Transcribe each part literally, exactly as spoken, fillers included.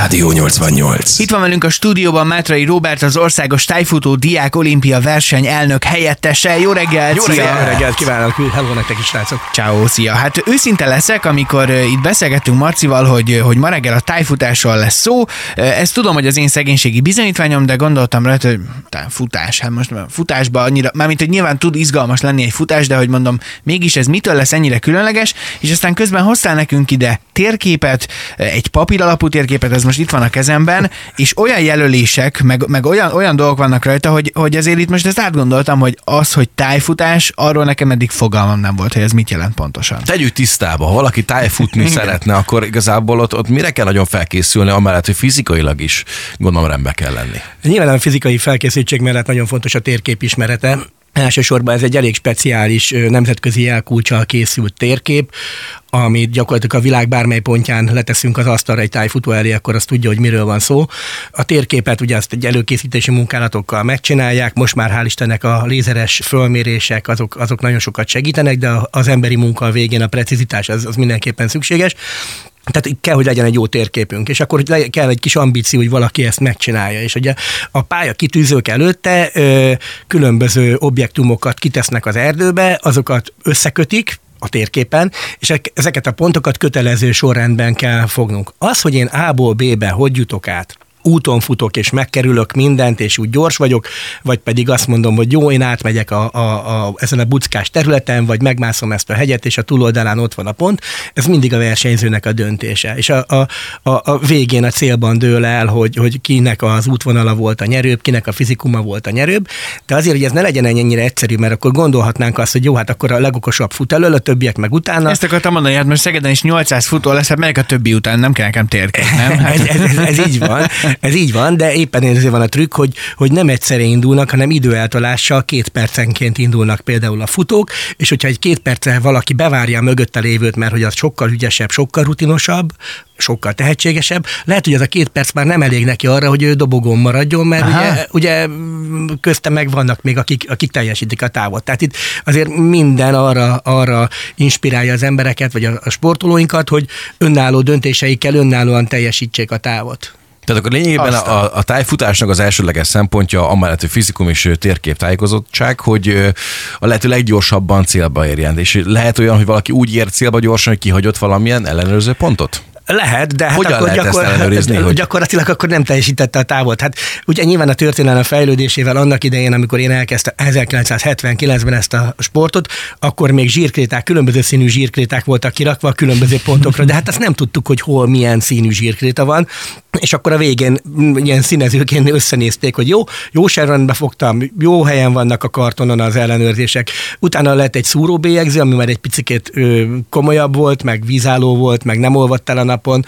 Rádió nyolcvannyolc. Itt van velünk a stúdióban Mátrai Róbert, az Országos Tájfutó Diák Olimpia verseny elnök helyettese. Jó reggelt! Jó reggelt, jó reggelt kívánok! Hello nektek is, srácok! Ciao, szia! Hát őszinte leszek, amikor itt beszélgettünk Marcival, hogy, hogy ma reggel a tájfutásról lesz szó. Ezt tudom, hogy az én szegénységi bizonyítványom, de gondoltam rá, hogy futás. Hát most futásban annyira, mármint, hogy nyilván tud izgalmas lenni egy futás, de hogy mondom, mégis ez mitől lesz ennyire különleges, és aztán közben hoztál nekünk ide térképet, egy papír alapú térképet, ez most itt van a kezemben, és olyan jelölések, meg, meg olyan, olyan dolgok vannak rajta, hogy, hogy azért itt most ezt átgondoltam, hogy az, hogy tájfutás, arról nekem eddig fogalmam nem volt, hogy ez mit jelent pontosan. Tegyük tisztába, ha valaki tájfutni szeretne, akkor igazából ott, ott mire kell nagyon felkészülni, amellett, hogy fizikailag is gondolom rendbe kell lenni. Nyilván a fizikai felkészültség mellett nagyon fontos a térkép ismerete. Elsősorban ez egy elég speciális nemzetközi jelkulccsal készült térkép, amit gyakorlatilag a világ bármely pontján leteszünk az asztalra egy tájfutó elé, akkor azt tudja, hogy miről van szó. A térképet ugye azt egy előkészítési munkálatokkal megcsinálják, most már hál' Istennek a lézeres fölmérések azok, azok nagyon sokat segítenek, de az emberi munka végén a precizitás az, az mindenképpen szükséges. Tehát kell, hogy legyen egy jó térképünk, és akkor kell egy kis ambíció, hogy valaki ezt megcsinálja. És ugye a pálya kitűzők előtte ö, különböző objektumokat kitesznek az erdőbe, azokat összekötik a térképen, és ezeket a pontokat kötelező sorrendben kell fognunk. Az, hogy én A-ból B-be hogy jutok át, úton futok, és megkerülök mindent, és úgy gyors vagyok, vagy pedig azt mondom, hogy jó, én átmegyek a, a, a, ezen a buckás területen, vagy megmászom ezt a hegyet, és a túloldalán ott van a pont, ez mindig a versenyzőnek a döntése. És a, a, a, a végén a célban dől el, hogy, hogy kinek az útvonala volt a nyerőbb, kinek a fizikuma volt a nyerőbb, de azért, hogy ez ne legyen ennyire egyszerű, mert akkor gondolhatnánk azt, hogy jó, hát akkor a legokosabb fut elől, a többiek meg utána. Ezt akartam mondani, hát most Szegeden is nyolcszáz futó lesz, hát melyik a többi után, nem kell nekem térkép, nem? Hát... ez, ez, ez, ez így van. Ez így van, de éppen ezért van a trükk, hogy, hogy nem egyszerre indulnak, hanem időeltolással két percenként indulnak például a futók, és hogyha egy két perccel valaki bevárja a mögötte lévőt, mert hogy az sokkal ügyesebb, sokkal rutinosabb, sokkal tehetségesebb, lehet, hogy az a két perc már nem elég neki arra, hogy ő dobogón maradjon, mert ugye, ugye közte meg vannak még, akik, akik teljesítik a távot. Tehát itt azért minden arra, arra inspirálja az embereket, vagy a, a sportolóinkat, hogy önálló döntéseikkel önállóan teljesítsék a távot. Tehát akkor lényegében a, a tájfutásnak az elsődleges szempontja, amellett, hogy fizikum és térkép tájékozottság, hogy a lehető leggyorsabban célba érjen. És lehet olyan, hogy valaki úgy ér célba gyorsan, hogy kihagyott valamilyen ellenőrző pontot? Lehet, de hát hogyan akkor lehet gyakor... ezt ellenőrizni, hogy... gyakorlatilag akkor nem teljesítette a távot. Hát ugye nyilván a történelem fejlődésével annak idején, amikor én elkezdtem ezerkilencszázhetvenkilencben ezt a sportot, akkor még zsírkréták, különböző színű zsírkréták voltak kirakva a különböző pontokra, de hát azt nem tudtuk, hogy hol milyen színű zsírkréta van, és akkor a végén ilyen színezőként összenézték, hogy jó, jó sorrendbe fogtam, jó helyen vannak a kartonon az ellenőrzések. Utána lett egy szúróbélyegző, ami már egy picikét ö, komolyabb volt, meg vízálló volt, meg nem olvadt el a napon.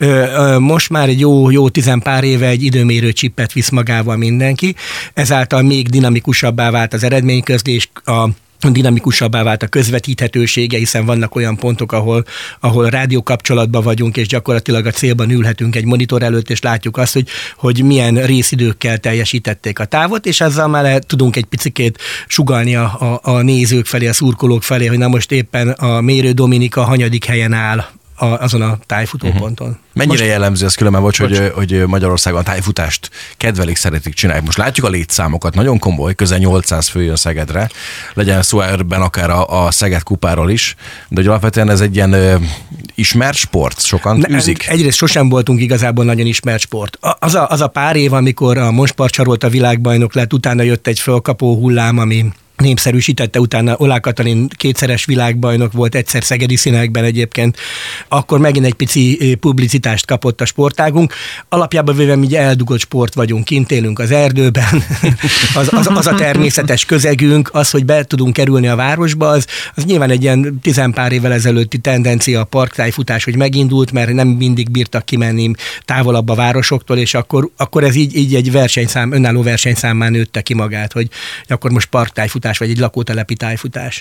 Most már egy jó, jó tizen pár éve egy időmérő csippet visz magával mindenki, ezáltal még dinamikusabbá vált az eredményközlés, a dinamikusabbá vált a közvetíthetősége, hiszen vannak olyan pontok, ahol, ahol rádió kapcsolatban vagyunk, és gyakorlatilag a célban ülhetünk egy monitor előtt, és látjuk azt, hogy, hogy milyen részidőkkel teljesítették a távot, és ezzel már tudunk egy picikét sugallni a, a, a nézők felé, a szurkolók felé, hogy na most éppen a Mérő Dominika hanyadik helyen áll A, azon a tájfutóponton. Uh-huh. Mennyire most... jellemző ez különben, bocs, hogy, hogy Magyarországon a tájfutást kedvelik, szeretik csinálni. Most látjuk a létszámokat, nagyon komoly, közel nyolcszáz fő jön Szegedre, legyen szó ebben akár a, a Szeged kupáról is, de hogy alapvetően ez egy ilyen ö, ismert sport, sokan ne, űzik. Egyrészt sosem voltunk igazából nagyon ismert sport. Az a, az a pár év, amikor a Monspart Csarolt világbajnok lett, utána jött egy fölkapó hullám, ami népszerűsítette, utána Oláh Katalin kétszeres világbajnok volt, egyszer szegedi színekben egyébként, akkor megint egy pici publicitást kapott a sportágunk. Alapjában véve mi eldugott sport vagyunk, kint élünk az erdőben, az, az, az a természetes közegünk, az, hogy be tudunk kerülni a városba, az, az nyilván egy ilyen tizenpár évvel ezelőtti tendencia a parktájfutás, hogy megindult, mert nem mindig bírtak kimenni távolabb a városoktól, és akkor, akkor ez így, így egy versenyszám, önálló versenyszámmá nőtte ki magát, hogy akkor most parktájfutás vagy egy lakótelepi tájfutás.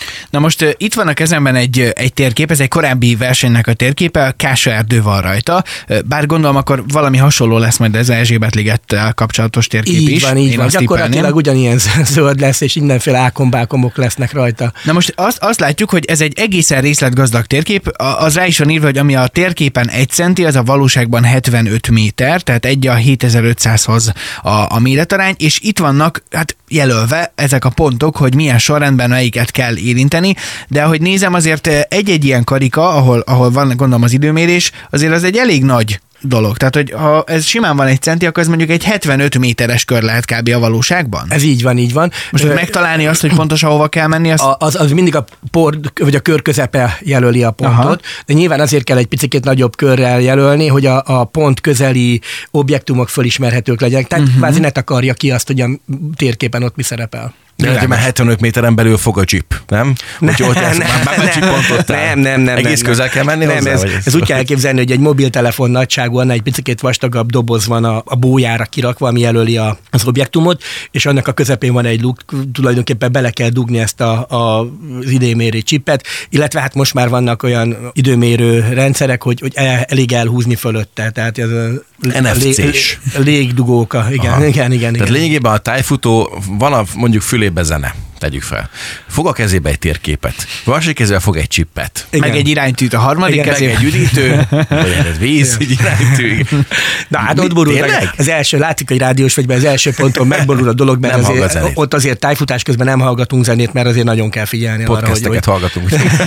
Na most uh, itt van a kezemben egy, egy térkép, ez egy korábbi versenynek a térképe, a Kása erdő van rajta, uh, bár gondolom akkor valami hasonló lesz majd ez Erzsébet-ligettel kapcsolatos térkép így is. Van, így van, gyakorlatilag ugyanilyen zöld lesz, és mindenféle ákombákomok lesznek rajta. Na most azt, azt látjuk, hogy ez egy egészen részletgazdag térkép, az rá is van írva, hogy ami a térképen egy centi, az a valóságban hetvenöt méter, tehát egy a hétezer-ötszázhoz a, a méretarány, és itt vannak hát jelölve ezek a pontok, hogy milyen sorrendben melyiket kell érinteni, de ahogy nézem, azért egy-egy ilyen karika, ahol, ahol van gondolom az időmérés, azért az egy elég nagy dolog. Tehát, hogy ha ez simán van egy centi, akkor ez mondjuk egy hetvenöt méteres kör lehet kb. A valóságban? Ez így van, így van. Most Ö... megtalálni azt, hogy pontosan hova kell menni? Azt... Az, az mindig a port, vagy a kör közepe jelöli a pontot, aha, de nyilván azért kell egy picit nagyobb körrel jelölni, hogy a, a pont közeli objektumok fölismerhetők legyenek. Tehát uh-huh. kvázi ne takarja ki azt, hogy a térképen ott mi szerepel. De hát, már hetvenöt méteren belül fog a chip, nem? Nem, nem, nem, nem, nem, nem. Egész nem, közel kell menni nem, hozzá? Ez, ez úgy kell elképzelni, hogy egy mobiltelefon nagyságú, annál egy picit vastagabb doboz van a, a bójára kirakva, ami jelöli a, az objektumot, és annak a közepén van egy luk, tulajdonképpen bele kell dugni ezt a, a, az időmérő chipet, illetve hát most már vannak olyan időmérő rendszerek, hogy, hogy el, elég elhúzni fölötte, tehát ez a en ef cés. Légdugóka, igen, igen, igen, igen. Tehát lényegében a tájfutó, van a mondjuk fülébe zene, tegyük fel. Fog a kezébe egy térképet, másik kezébe fog egy csippet. Igen. Meg egy iránytűt a harmadik igen, kezébe. Meg egy üdítő, vagy egy víz, egy iránytű. Na hát ott borul meg az első, látszik, hogy rádiós vagy, az első ponton megborul a dolog, mert azért, ott azért tájfutás közben nem hallgatunk zenét, mert azért nagyon kell figyelni arra, hogy... Podcasteket hallgatunk.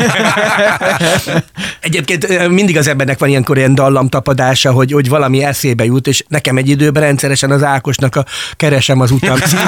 Egyébként mindig az embernek van ilyenkor ilyen dallamtapadása, hogy, hogy valami eszébe jut, és nekem egy időben rendszeresen az Ákosnak a Keresem az utam című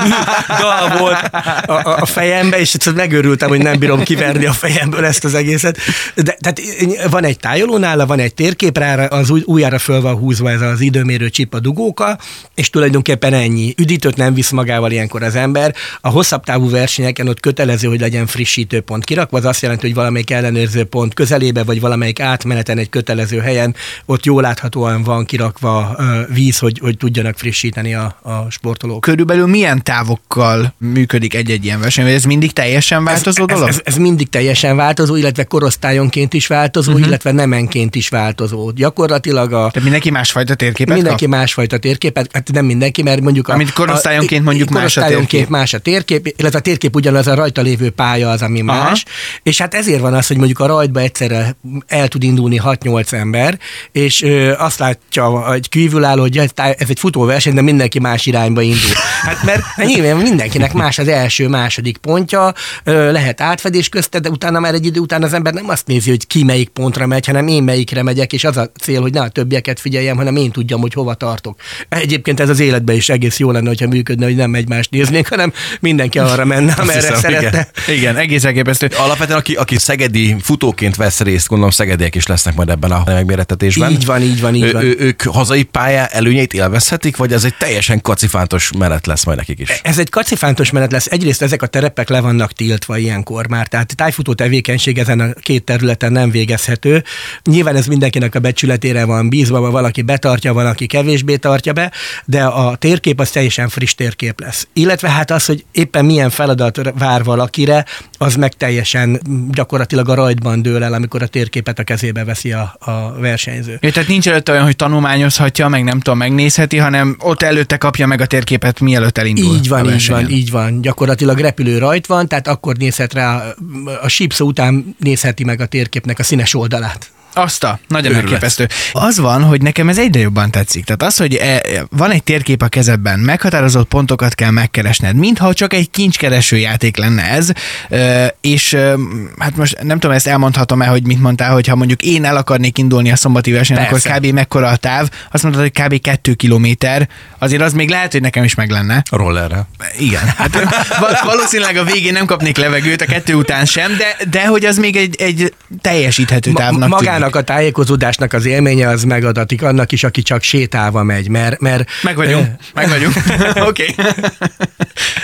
dal volt a, a, a fejembe, és megőrültem, hogy nem bírom kiverni a fejemből ezt az egészet. De, tehát van egy tájoló nála, van egy térkép, rá az ujjára föl van húzva ez az időmérő csip, a dugóka, és tulajdonképpen ennyi. Üdítőt nem visz magával ilyenkor az ember. A hosszabb távú versenyeken ott kötelező, hogy legyen frissítőpont kirakva, az azt jelenti, hogy valamelyik ellenőrző pont közelébe, vagy valamelyik átmeneten egy kötelező helyen, ott jól láthatóan van kirakva uh, víz, hogy, hogy tudjanak frissíteni a, a sportolók. Körülbelül milyen távokkal működik egy-egy ilyen verseny? Ez mindig teljesen változó ez, dolog? Ez, ez, ez mindig teljesen változó, illetve korosztályonként is változó, uh-huh. illetve nemenként is változó. Gyakorlatilag a... Tehát mindenki másfajta térképet Mindenki kap? másfajta térképet, hát nem mindenki, mert mondjuk... Amit korosztályonként mondjuk más a térkép. más a térkép, illetve a térkép ugyanaz, a rajta lévő pálya az, ami aha. más, és hát ezért van az, hogy mondjuk a rajtba egyszerre el tud indulni hat-nyolc ember, és ö, azt látja egy kívülálló, hogy ez egy futóverseny, de mindenki más irányba indul. Hát mert nyilván mindenkinek más az első, második pontja, ö, lehet átfedés közte, de utána már egy idő után az ember nem azt nézi, hogy ki melyik pontra megy, hanem én melyikre megyek, és az a cél, hogy ne a többieket figyeljem, hanem én tudjam, hogy hova tartok. Egyébként ez az életben is egész jó lenne, hogyha működne, hogy nem egymást néznénk, hanem mindenki arra menne, amerre szeretne. Igen, igen, egész elképesztő. Alapvetően, aki, aki szegedi futóként vesz részt, gondolom szegediek is lesznek majd ebben a megmérettetésben. Így van, így van, így van. Ő, ők hazai pályá előnyeit élvezhetik, vagy ez egy teljesen kacifántos menet lesz majd nekik is? Ez egy kacifántos menet lesz. Egyrészt ezek a terepek le vannak tiltva ilyenkor már, tehát tájfutó tevékenység ezen a két területen nem végezhető. Nyilván ez mindenkinek a becsületére van bízva, van valaki betartja, van, aki kevésbé tartja be, de a térkép az teljesen friss térkép lesz. Illetve hát az, hogy éppen milyen feladat vár valakire, az meg teljesen gyakorlatilag a rajtban dől el, amikor a térképet a kezébe veszi a, a versenyző. Ja, tehát nincs előtte olyan, hogy tanulmányozhatja, meg nem tudom, megnézheti, hanem ott előtte kapja meg a térképet, mielőtt elindul. Így van, így van, így van. Gyakorlatilag repülő rajt van, tehát akkor nézhet rá, a sípszó után nézheti meg a térképnek a színes oldalát. Azt a, nagyon elképesztő. Az van, hogy nekem ez egyre jobban tetszik. Tehát az, hogy e, van egy térkép a kezedben, meghatározott pontokat kell megkeresned, mintha csak egy kincskereső játék lenne ez, e, és e, hát most nem tudom, ezt elmondhatom-e, hogy mit mondtál, hogy ha mondjuk én el akarnék indulni a szombati versenyen, akkor kb. Mekkora a táv, azt mondtad, hogy kb. kettő kilométer, azért az még lehet, hogy nekem is meg lenne. A rollerrel. Igen. Hát valószínűleg a végén nem kapnék levegőt, a kettő után sem, de, de hogy az még egy, egy teljesíthető távnak Ma, magának a tájékozódásnak az élménye az megadatik annak is, aki csak sétálva megy, mert... mert meg vagyunk, meg vagyunk. Oké.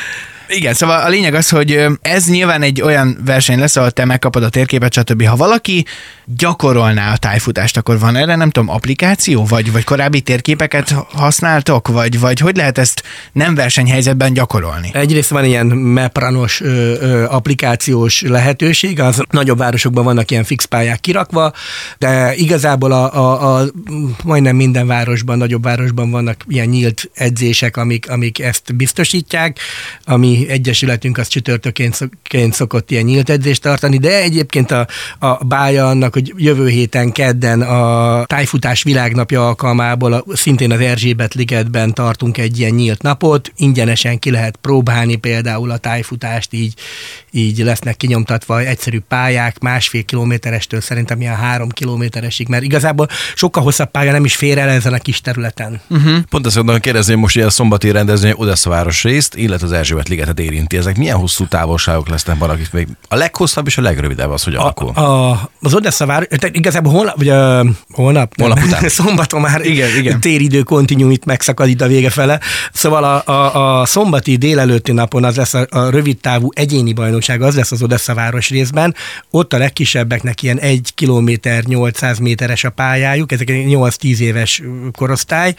Igen, szóval a lényeg az, hogy ez nyilván egy olyan verseny lesz, ahol te megkapod a térképet, stb. Ha valaki gyakorolná a tájfutást, akkor van erre, nem tudom, applikáció, vagy, vagy korábbi térképeket használtok, vagy, vagy hogy lehet ezt nem versenyhelyzetben gyakorolni? Egyrészt van ilyen mepranos ö, ö, applikációs lehetőség, az nagyobb városokban vannak ilyen fix pályák kirakva, de igazából a, a, a majdnem minden városban, nagyobb városban vannak ilyen nyílt edzések, amik, amik ezt biztosítják. A mi egyesületünk az csütörtökként szokott ilyen nyílt edzést tartani, de egyébként a, a bája annak, hogy jövő héten kedden a tájfutás világnapja alkalmából szintén az Erzsébet-ligetben tartunk egy ilyen nyílt napot, ingyenesen ki lehet próbálni például a tájfutást, így, így lesznek kinyomtatva egyszerű pályák, másfél kilométerestől szerintem ilyen három kilométeresig, mert igazából sokkal hosszabb pálya nem is fér el ezen a kis területen. Uh-huh. Pont ezt mondom, kérdezni, most ilyen a szombati rendezvény Odessa városrészt, illetve az Erzsébet-ligetet érinti. Ezek milyen hosszú távolságok lesznek valakit még? A leghosszabb és a legrövidebb az, hogy alakul. A, a, az Odessa város, tehát igazából holnap, vagy uh, holnap, holnap után. Szombaton már igen, igen. téridő kontinuit megszakad itt a vége fele. Szóval a, a, a szombati délelőtti napon az lesz a, a rövidtávú egyéni bajnokság, az lesz az Odessa város részben. Ott a legkisebbeknek ilyen egy kilométer nyolcszáz méteres a pályájuk, ezek egy nyolc-tíz éves korosztály.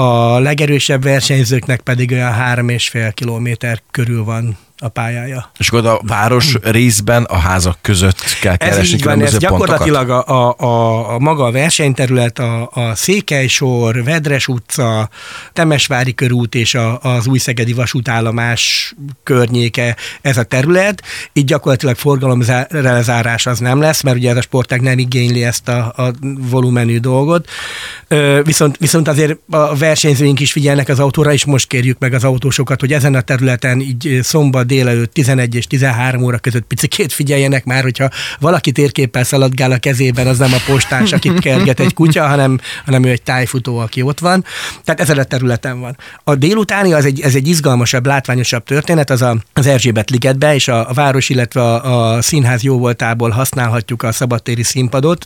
A legerősebb versenyzőknek pedig olyan három és fél kilométer körül van a pályája. És akkor a város részben a házak között kell keresni. Ez így van, ez gyakorlatilag a, a, a, a maga a versenyterület, a, a Székelysor, Vedres utca, Temesvári körút és a, az Újszegedi vasútállomás környéke ez a terület. Így gyakorlatilag forgalomrelezárás az nem lesz, mert ugye ez a sportág nem igényli ezt a, a volumenű dolgot. Viszont, viszont azért a versenyzőink is figyelnek az autóra, és most kérjük meg az autósokat, hogy ezen a területen így szombat délelőtt tizenegy és tizenhárom óra között picikét figyeljenek már, hogyha valaki térképpel szaladgál a kezében, az nem a postás, akit kerget egy kutya, hanem, hanem ő egy tájfutó, aki ott van. Tehát ezen a területen van. A délutáni az egy, ez egy izgalmasabb, látványosabb történet, az a, az Erzsébet-ligetbe, és a, a város, illetve a, a színház jóvoltából használhatjuk a szabadtéri színpadot,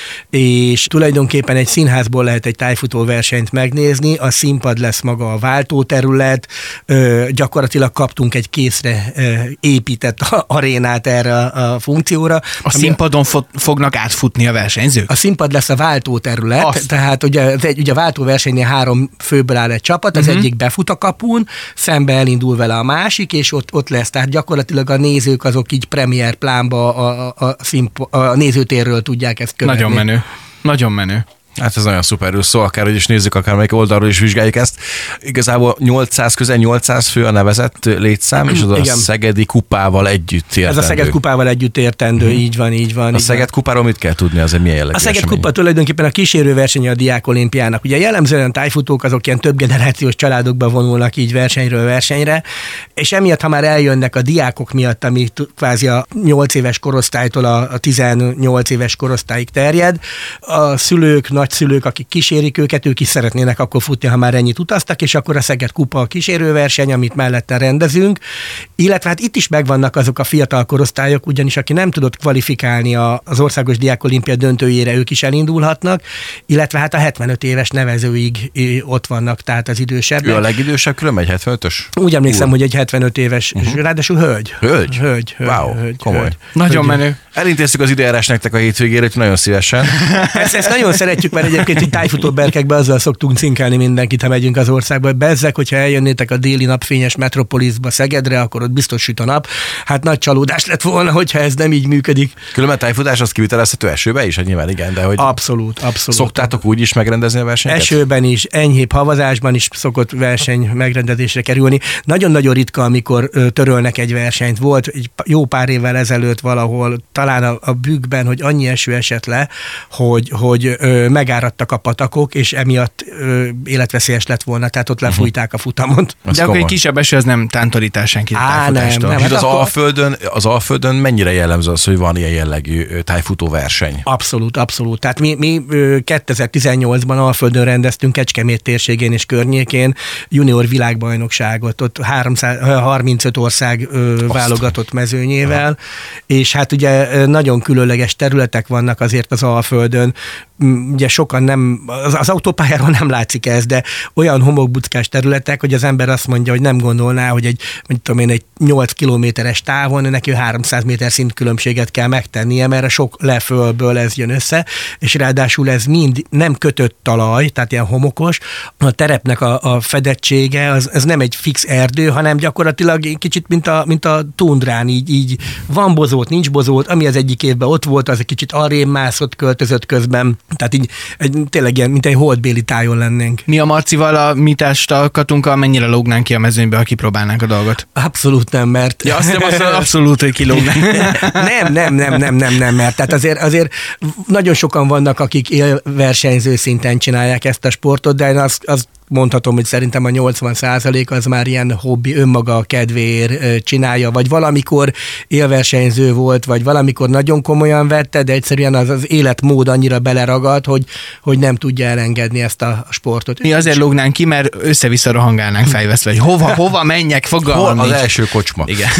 és tulajdonképpen egy színházból lehet egy tájfutó versenyt megnézni, a színpad lesz maga a váltóterület, ö, gyakorlatilag kaptunk egy készre épített arénát erre a funkcióra. A színpadon fo- fognak átfutni a versenyzők? A színpad lesz a váltóterület, Azt. tehát ugye, ugye a váltóversenynél három főből áll egy csapat, az uh-huh. egyik befut a kapun, szembe elindul vele a másik, és ott, ott lesz. Tehát gyakorlatilag a nézők azok így premier plánba a, a, a, színp- a nézőtérről tudják ezt követni. Nagyon menő. Nagyon menő. Hát ez nagyon szuperül szó, akárhogy is nézzük, akármelyik oldalról is vizsgáljuk ezt. Igazából nyolcszáz, közel nyolcszáz fő a nevezett létszám, és az igen. a Szegedi kupával együtt értendő. Ez a Szeged kupával együtt értendő, hmm. így van, így van. A így Szeged van. kupáról mit kell tudni, az egy milyen jellegű A Szeged esemény? kupa tulajdonképpen a kísérő versenye a diákolimpiának. Ugye jellemzően tájfutók azok ilyen több generációs családokba vonulnak így versenyről versenyre, és emiatt, ha már eljönnek a diákok miatt, ami kvázi a nyolc éves korosztálytól a tizennyolc éves korosztályig terjed, a szülők, nagyszülők, akik kísérik őket, ők is szeretnének akkor futni, ha már ennyit utaztak, és akkor a Szeged kupa a kísérőverseny, amit mellette rendezünk, illetve hát itt is megvannak azok a fiatal korosztályok, ugyanis aki nem tudott kvalifikálni az Országos Diákolimpia döntőjére, ők is elindulhatnak, illetve hát a hetvenöt éves nevezőig ott vannak, tehát az idősebbek. Ő a legidősebb különben, egy hetvenötös? Úgy emlékszem, Úr. hogy egy hetvenöt éves, uh-huh. ráadásul hölgy. Hölgy? Hölgy, hölgy, wow, hölgy, komoly. Hölgy. Nagyon hölgy. Menő. Elintéztük az időjárás nektek a hétvégére, hogy nagyon szívesen. Ezt, ezt nagyon szeretjük, mert egyébként itt tájfutó berkekbe azzal szoktunk cinkelni mindenkit, ha megyünk az országba. Bezzek, hogyha eljönnétek a déli napfényes metropoliszba, Szegedre, akkor ott biztos süt a nap. Hát nagy csalódás lett volna, hogyha ez nem így működik. Különben tájfutás az kivitelezhető esőbe is, hát nyilván igen, de hogy abszolút, abszolút. Szoktátok úgy is megrendezni a versenyeket? Esőben is, enyhébb havazásban is szokott verseny megrendezésre kerülni. Nagyon-nagyon ritka, amikor ö, törölnek egy versenyt. Volt egy jó pár évvel ezelőtt valahol, talán a, a Bükkben, hogy annyi eső esett le, hogy, hogy ö, megáradtak a patakok, és emiatt ö, életveszélyes lett volna, tehát ott lefújták a futamot. Az de akkor egy kisebb eső, az nem tántorítás senkit tájfutástól. Nem, nem. Hát az, akkor... Alföldön, az Alföldön mennyire jellemző az, hogy van ilyen jellegű tájfutó verseny? Abszolút, abszolút. Tehát mi, mi kétezer-tizennyolcban Alföldön rendeztünk Kecskemét térségén és környékén junior világbajnokságot, ott háromszáz, harmincöt ország ö, válogatott mezőnyével, aha. és hát ugye nagyon különleges területek vannak azért az Alföldön. ugye sokan nem, az, az autópályáról nem látszik ez, de olyan homokbuckás területek, hogy az ember azt mondja, hogy nem gondolná, hogy egy, mondjuk tudom én, egy nyolc kilométeres távon neki háromszáz méter szintkülönbséget kell megtennie, mert a sok lefölből ez jön össze, és ráadásul ez mind nem kötött talaj, tehát ilyen homokos, a terepnek a, a fedettsége, az, ez nem egy fix erdő, hanem gyakorlatilag kicsit, mint a, mint a tundrán, így, így van bozót, nincs bozót, ami az egyik évben ott volt, az egy kicsit arrébb mászott, költözött közben, tehát így egy, tényleg ilyen, mint egy holdbéli tájon lennénk. Mi a Marcival, a mi társadalkatunkkal mennyire lógnánk ki a mezőnybe, ha kipróbálnánk a dolgot? Abszolút nem, mert... Ja, azt nem, azt abszolút, hogy kilógnánk. nem, nem, nem, nem, nem, nem, mert tehát azért, azért nagyon sokan vannak, akik élversenyző szinten csinálják ezt a sportot, de én azt, azt mondhatom, hogy szerintem a nyolcvan százalék az már ilyen hobbi, önmaga a kedvéért csinálja, vagy valamikor élversenyző volt, vagy valamikor nagyon komolyan vette, de egyszerűen az, az életmód annyira beleragad, hogy, hogy nem tudja elengedni ezt a sportot. Mi azért lógnánk ki, mert össze-vissza rohangálnánk fejvesztve, hogy hova, hova menjek, fogalmam Hol az nincs. első kocsma. Igen.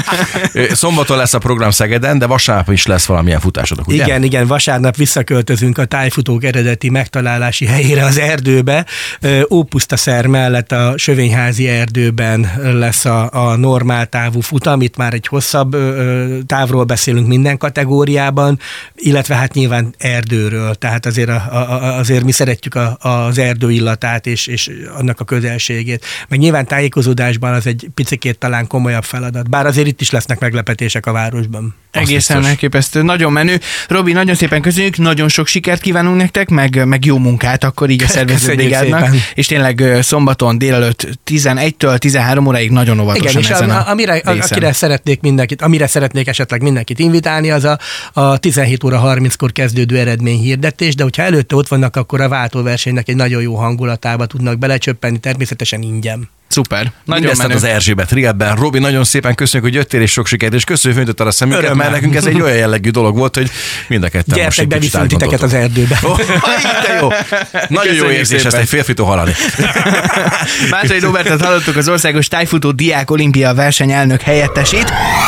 Szombaton lesz a program Szegeden, de vasárnap is lesz valamilyen futásotok, ugye? Igen, igen, vasárnap visszaköltözünk a tájfutók eredeti megtalálási helyére az erdőbe. Ópusztaszer mellett a Sövényházi erdőben lesz a, a normál távú futam, itt már egy hosszabb ö, távról beszélünk minden kategóriában, illetve hát nyilván erdőről, tehát azért, a, a, azért mi szeretjük a, az erdő illatát és, és annak a közelségét. Meg nyilván tájékozódásban az egy picikét talán komolyabb feladat, bár azért itt is lesznek meglepetések a városban. Egészen elképesztő, nagyon menő. Robi, nagyon szépen köszönjük, nagyon sok sikert kívánunk nektek, meg, meg jó munkát akkor így a szervezőbrigádnak. És tényleg szombaton délelőtt tizenegytől tizenhárom óráig nagyon óvatosan igen, ezen és a, amire, a, akire szeretnék mindenkit, amire szeretnék esetleg mindenkit invitálni, az a, a tizenhét óra harminckor kezdődő eredményhirdetés, de hogyha előtte ott vannak, akkor a váltóversenynek egy nagyon jó hangulatába tudnak belecsöppenni, természetesen ingyen. Szuper. Nagyon Mindezt menő. az Erzsébet Riedben. Robi, nagyon szépen köszönjük, hogy jöttél, és sok sikert, és köszönjük, hogy öntötted a szemünket, Örömmel. mert nekünk ez egy olyan jellegű dolog volt, hogy mind a ketten most Gyertek, egy kicsit beviszünk titeket az erdőbe. Oh, de jó. Nagyon jó Köszönjük érzés szépen. ezt egy férfitől hallani. Mátrai Robertet hallottuk, az Országos Tájfutó Diák Olimpia verseny elnök helyettesét.